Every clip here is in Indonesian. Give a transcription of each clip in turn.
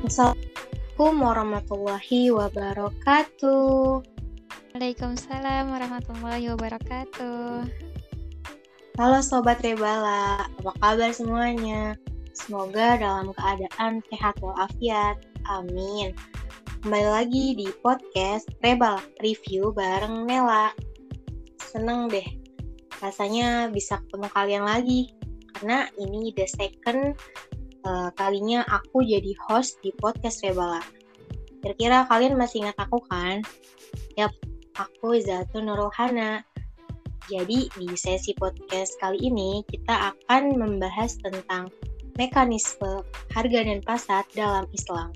Assalamualaikum warahmatullahi wabarakatuh. Waalaikumsalam warahmatullahi wabarakatuh. Halo Sobat Rebala, apa kabar semuanya? Semoga dalam keadaan sehat walafiat. Amin. Kembali lagi di podcast Rebala Review bareng Nela. Seneng deh, rasanya bisa ketemu kalian lagi. Karena ini the second kalinya aku jadi host di podcast Rebala. Kira-kira kalian masih ingat aku kan? Yap, aku Zatun Nurul Hana. Jadi di sesi podcast kali ini kita akan membahas tentang mekanisme harga dan pasar dalam Islam.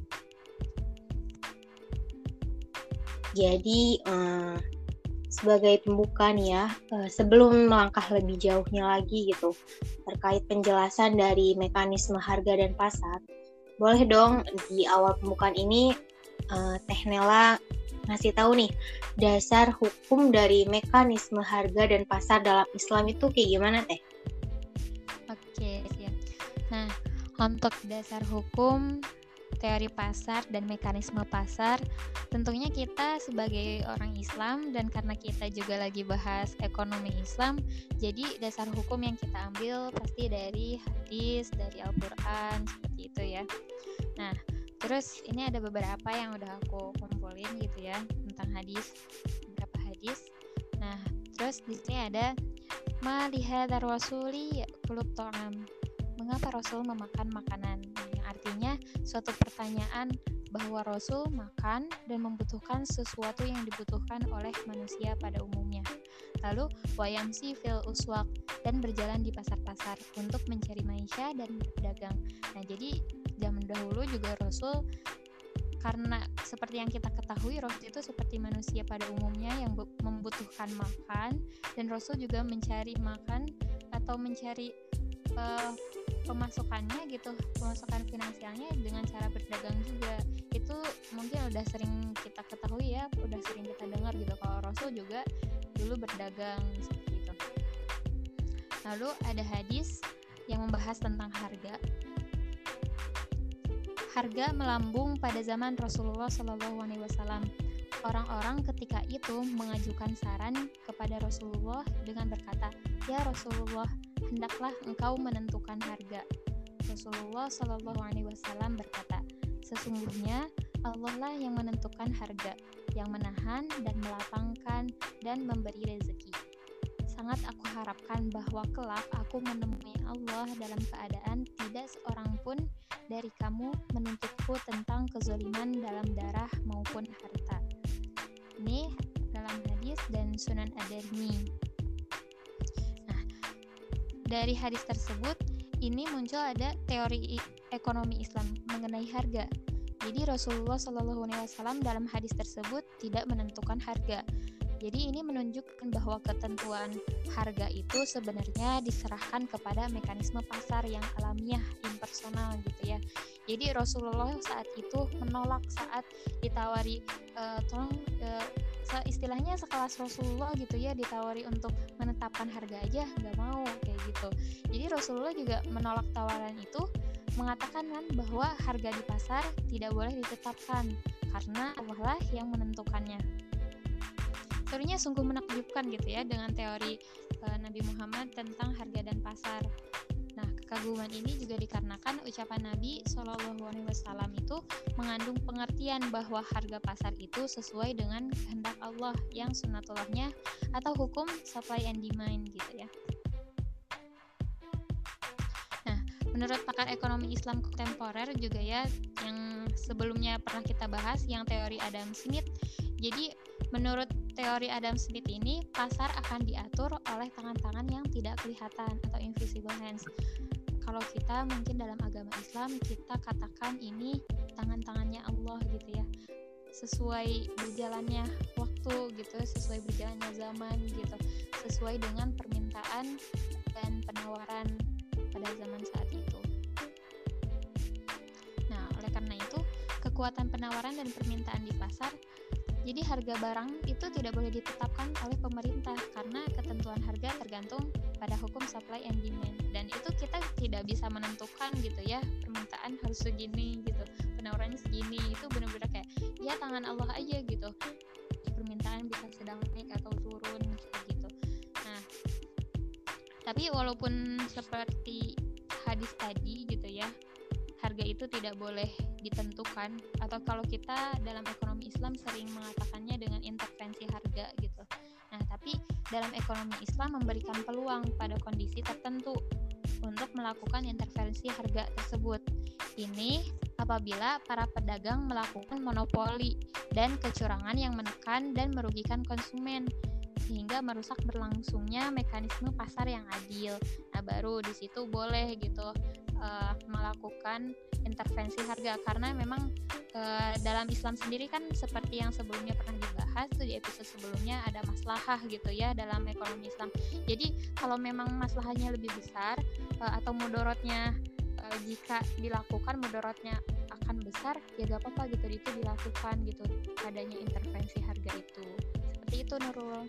Jadi sebagai pembuka nih ya, sebelum melangkah lebih jauhnya lagi gitu terkait penjelasan dari mekanisme harga dan pasar, boleh dong di awal pembukaan ini Teh Nela ngasih tahu nih dasar hukum dari mekanisme harga dan pasar dalam Islam itu kayak gimana Teh? Oke, siap. Nah, untuk dasar hukum, teori pasar dan mekanisme pasar, tentunya kita sebagai orang Islam dan karena kita juga lagi bahas ekonomi Islam, jadi dasar hukum yang kita ambil pasti dari hadis, dari Al-Quran, seperti itu ya. Nah, terus ini ada beberapa yang udah aku kumpulin gitu ya tentang hadis, beberapa hadis. Nah, terus di sini ada ma lihadzar rasuli ya'kulu ta'am. Mengapa Rasul memakan makanan? Yang artinya suatu pertanyaan bahwa Rasul makan dan membutuhkan sesuatu yang dibutuhkan oleh manusia pada umumnya. Lalu wayamsi fil uswaq, dan berjalan di pasar-pasar untuk mencari maisha dan berdagang. Nah, jadi zaman dahulu juga Rasul, karena seperti yang kita ketahui Rasul itu seperti manusia pada umumnya yang membutuhkan makan, dan Rasul juga mencari makan atau mencari pemasukannya gitu, pemasukan finansialnya dengan cara berdagang juga. Itu mungkin udah sering kita ketahui ya, udah sering kita dengar gitu kalau Rasul juga dulu berdagang seperti itu. Lalu ada hadis yang membahas tentang harga. Harga melambung pada zaman Rasulullah SAW. Orang-orang ketika itu mengajukan saran kepada Rasulullah dengan berkata, "Ya Rasulullah, hendaklah engkau menentukan harga." Rasulullah SAW berkata, "Sesungguhnya Allah lah yang menentukan harga, yang menahan dan melapangkan dan memberi rezeki. Sangat aku harapkan bahwa kelak aku menemui Allah dalam keadaan tidak seorang pun dari kamu menuntutku tentang kezaliman dalam darah maupun harta." Ini dalam hadis dan Sunan Ad-Darimi. Nah, dari hadis tersebut ini muncul ada teori ekonomi Islam mengenai harga. Jadi Rasulullah SAW dalam hadis tersebut tidak menentukan harga. Jadi ini menunjukkan bahwa ketentuan harga itu sebenarnya diserahkan kepada mekanisme pasar yang alamiah, impersonal gitu ya. Jadi Rasulullah saat itu menolak saat ditawari istilahnya sekelas Rasulullah gitu ya, ditawari untuk menetapkan harga aja nggak mau kayak gitu. Jadi Rasulullah juga menolak tawaran itu, mengatakan kan bahwa harga di pasar tidak boleh ditetapkan karena Allah lah yang menentukannya. Teorinya sungguh menakjubkan gitu ya dengan teori Nabi Muhammad tentang harga dan pasar. Nah, kekaguman ini juga dikarenakan ucapan Nabi SAW itu mengandung pengertian bahwa harga pasar itu sesuai dengan kehendak Allah yang sunnatullahnya atau hukum supply and demand gitu ya. Nah, menurut pakar ekonomi Islam kontemporer juga ya, yang sebelumnya pernah kita bahas, yang teori Adam Smith. Jadi menurut teori Adam Smith ini, pasar akan diatur oleh tangan-tangan yang tidak kelihatan atau invisible hands. Kalau kita mungkin dalam agama Islam, kita katakan ini tangan-tangannya Allah gitu ya, sesuai berjalannya waktu gitu, sesuai berjalannya zaman gitu, sesuai dengan permintaan dan penawaran pada zaman saat itu. Nah, oleh karena itu, kekuatan penawaran dan permintaan di pasar, jadi harga barang itu tidak boleh ditetapkan oleh pemerintah karena ketentuan harga tergantung pada hukum supply and demand, dan itu kita tidak bisa menentukan gitu ya, permintaan harus segini gitu, penawarannya segini, itu benar-benar kayak ya tangan Allah aja gitu, permintaan bisa sedang naik atau turun kayak gitu. Nah, tapi walaupun seperti hadis tadi gitu ya, harga itu tidak boleh ditentukan, atau kalau kita dalam ekonomi Islam sering mengatakannya dengan intervensi harga gitu. Nah, tapi dalam ekonomi Islam memberikan peluang pada kondisi tertentu untuk melakukan intervensi harga tersebut. Ini apabila para pedagang melakukan monopoli dan kecurangan yang menekan dan merugikan konsumen, sehingga merusak berlangsungnya mekanisme pasar yang adil. Nah, baru di situ boleh gitu melakukan intervensi harga, karena memang dalam Islam sendiri kan seperti yang sebelumnya pernah dibahas tuh di episode sebelumnya, ada maslahah gitu ya dalam ekonomi Islam. Jadi kalau memang maslahahnya lebih besar atau mudorotnya jika dilakukan mudorotnya akan besar, ya gak apa-apa gitu, itu dilakukan gitu adanya intervensi harga itu. Seperti itu, Nurul.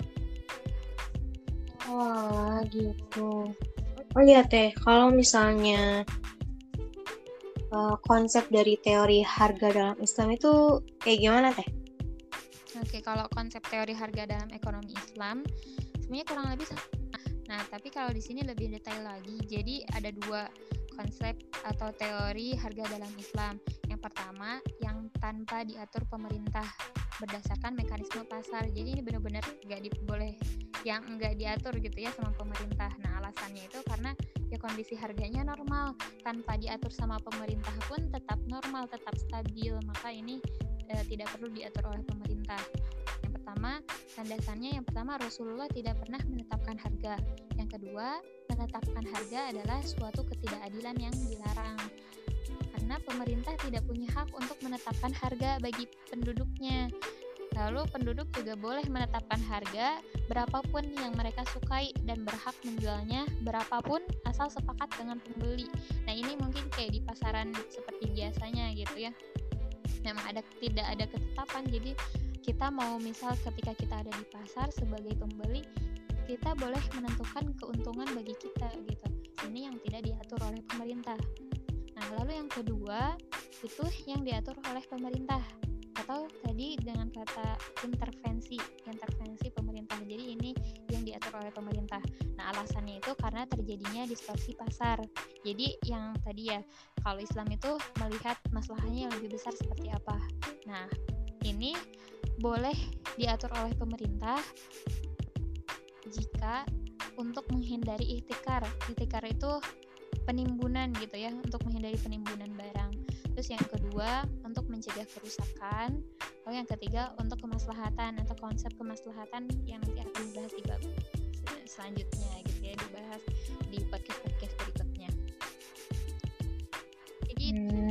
Wah, gitu. Oh iya Teh, kalau misalnya konsep dari teori harga dalam Islam itu kayak gimana Teh? Oke, kalau konsep teori harga dalam ekonomi Islam sebenarnya kurang lebih sama. Nah, tapi kalau di sini lebih detail lagi. Jadi ada dua konsep atau teori harga dalam Islam. Yang pertama, yang tanpa diatur pemerintah berdasarkan mekanisme pasar. Jadi ini benar-benar nggak diatur gitu ya sama pemerintah. Nah, alasannya itu karena ya kondisi harganya normal, tanpa diatur sama pemerintah pun tetap normal, tetap stabil. Maka ini tidak perlu diatur oleh pemerintah. Yang pertama, landasannya yang pertama, Rasulullah tidak pernah menetapkan harga. Yang kedua, menetapkan harga adalah suatu ketidakadilan yang dilarang, karena pemerintah tidak punya hak untuk menetapkan harga bagi penduduknya. Lalu penduduk juga boleh menetapkan harga berapapun yang mereka sukai dan berhak menjualnya berapapun asal sepakat dengan pembeli. Nah, ini mungkin kayak di pasaran seperti biasanya gitu ya. Memang tidak ada ketetapan, jadi kita mau misal ketika kita ada di pasar sebagai pembeli, kita boleh menentukan keuntungan bagi kita gitu. Ini yang tidak diatur oleh pemerintah. Nah, lalu yang kedua itu yang diatur oleh pemerintah, atau tadi dengan kata intervensi pemerintah. Jadi ini yang diatur oleh pemerintah. Nah, alasannya itu karena terjadinya distorsi pasar. Jadi yang tadi ya, kalau Islam itu melihat masalahnya yang lebih besar seperti apa. Nah, ini boleh diatur oleh pemerintah jika untuk menghindari ihtikar. Ihtikar itu penimbunan gitu ya, untuk menghindari penimbunan barang. Terus yang kedua, untuk mencegah kerusakan. Lalu yang ketiga, untuk kemaslahatan atau konsep kemaslahatan yang nanti akan dibahas di bab selanjutnya gitu ya, dibahas di podcast berikutnya. Jadi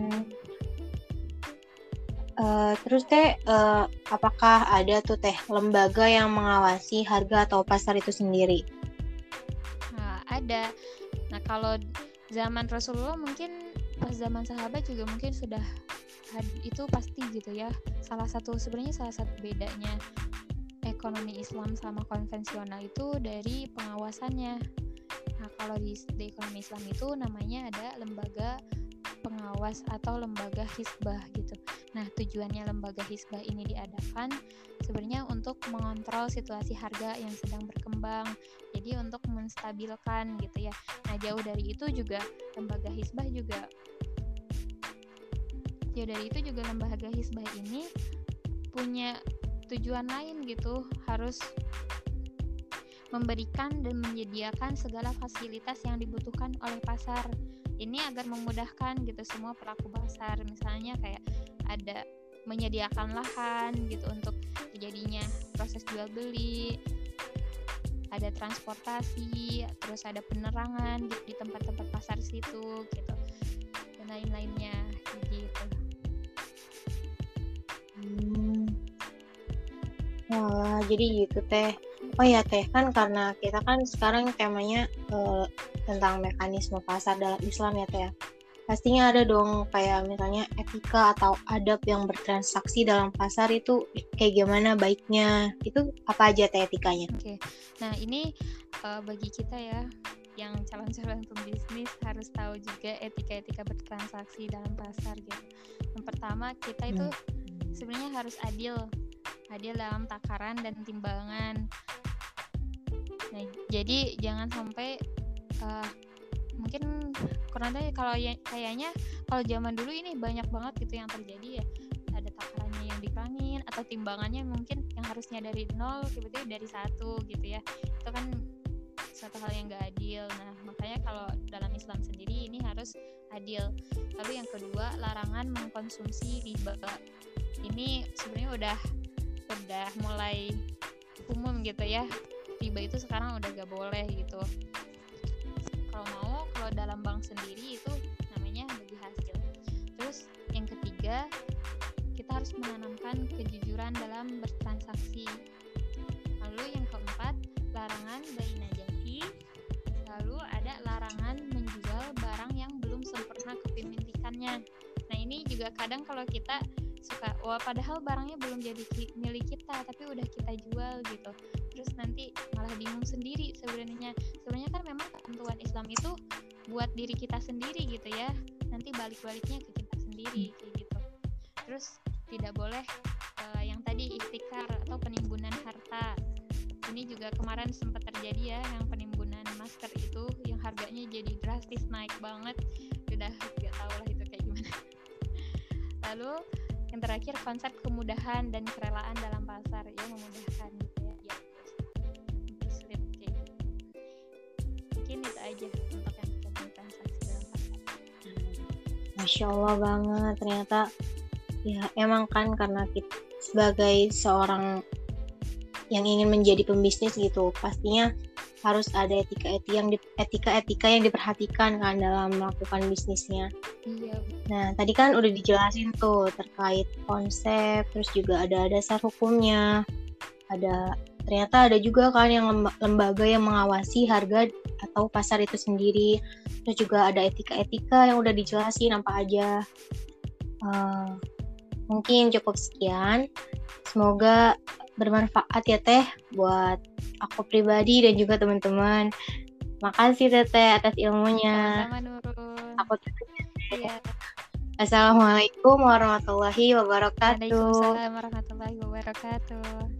terus Teh, apakah ada tuh Teh lembaga yang mengawasi harga atau pasar itu sendiri? Nah, ada. Nah, kalau zaman Rasulullah mungkin pas zaman sahabat juga mungkin sudah itu pasti gitu ya. Salah satu bedanya ekonomi Islam sama konvensional itu dari pengawasannya. Nah, kalau di ekonomi Islam itu namanya ada lembaga pengawas atau lembaga hisbah gitu. Nah, tujuannya lembaga hisbah ini diadakan sebenarnya untuk mengontrol situasi harga yang sedang berkembang. Jadi untuk menstabilkan gitu ya. Nah, jauh dari itu juga lembaga hisbah ini punya tujuan lain gitu, harus memberikan dan menyediakan segala fasilitas yang dibutuhkan oleh pasar. Ini agar memudahkan gitu semua pelaku pasar, misalnya kayak ada menyediakan lahan gitu untuk terjadinya proses jual beli, ada transportasi, terus ada penerangan di tempat-tempat pasar situ gitu, dan lain-lainnya gitu. Wah, jadi gitu Teh. Oh ya Teh, kan karena kita kan sekarang temanya tentang mekanisme pasar dalam Islam ya Teh. Pastinya ada dong kayak misalnya etika atau adab yang bertransaksi dalam pasar itu kayak gimana baiknya. Itu apa aja Teh etikanya? Oke. Nah, ini bagi kita ya, yang calon-calon pembisnis harus tahu juga etika-etika bertransaksi dalam pasar gitu. Yang pertama, kita itu sebenarnya harus adil dalam takaran dan timbangan. Nah, jadi jangan sampai mungkin kurang tahu kalau kayaknya kalau zaman dulu ini banyak banget gitu yang terjadi ya, ada takarannya yang dikurangin atau timbangannya mungkin yang harusnya dari 0 tiba-tiba dari 1 gitu ya. Itu kan suatu hal yang gak adil. Nah, makanya kalau dalam Islam sendiri ini harus adil. Lalu yang kedua, larangan mengkonsumsi riba. Ini sebenarnya udah mulai umum gitu ya. Riba itu sekarang udah gak boleh gitu. Kalau dalam bank sendiri itu namanya bagi hasil. Terus yang ketiga, kita harus menanamkan kejujuran dalam bertransaksi. Lalu yang keempat, larangan bayi najasi. Lalu ada larangan menjual barang yang belum sempurna kepemilikannya. Nah, ini juga kadang kalau kita suka, wah padahal barangnya belum jadi milik kita tapi udah kita jual gitu, terus nanti malah bingung sendiri. Sebenarnya kan memang ketentuan Islam itu buat diri kita sendiri gitu ya, nanti balik-baliknya ke kita sendiri kayak gitu. Terus tidak boleh yang tadi ihtikar atau penimbunan harta. Ini juga kemarin sempat terjadi ya, yang penimbunan masker itu yang harganya jadi drastis naik banget, udah gak tau lah itu kayak gimana. Lalu yang terakhir, konsep kemudahan dan kerelaan dalam pasar, ya memudahkan gitu ya, terus kayak gitu. Mungkin itu aja untuk yang terkait transaksi dalam pasar. Masya Allah banget, ternyata ya emang kan karena kita sebagai seorang yang ingin menjadi pembisnis gitu, pastinya harus ada etika-etika yang diperhatikan kan dalam melakukan bisnisnya. Iya. Nah, tadi kan udah dijelasin tuh terkait konsep, terus juga ada dasar hukumnya. Ternyata ada juga kan yang lembaga yang mengawasi harga atau pasar itu sendiri. Terus juga ada etika-etika yang udah dijelasin apa aja. Mungkin cukup sekian. Semoga bermanfaat ya Teh buat aku pribadi dan juga teman-teman. Makasih Teteh atas ilmunya. Sama-sama Nurul. Aku tutup. Iya. Assalamualaikum warahmatullahi wabarakatuh. Waalaikumsalam warahmatullahi wabarakatuh.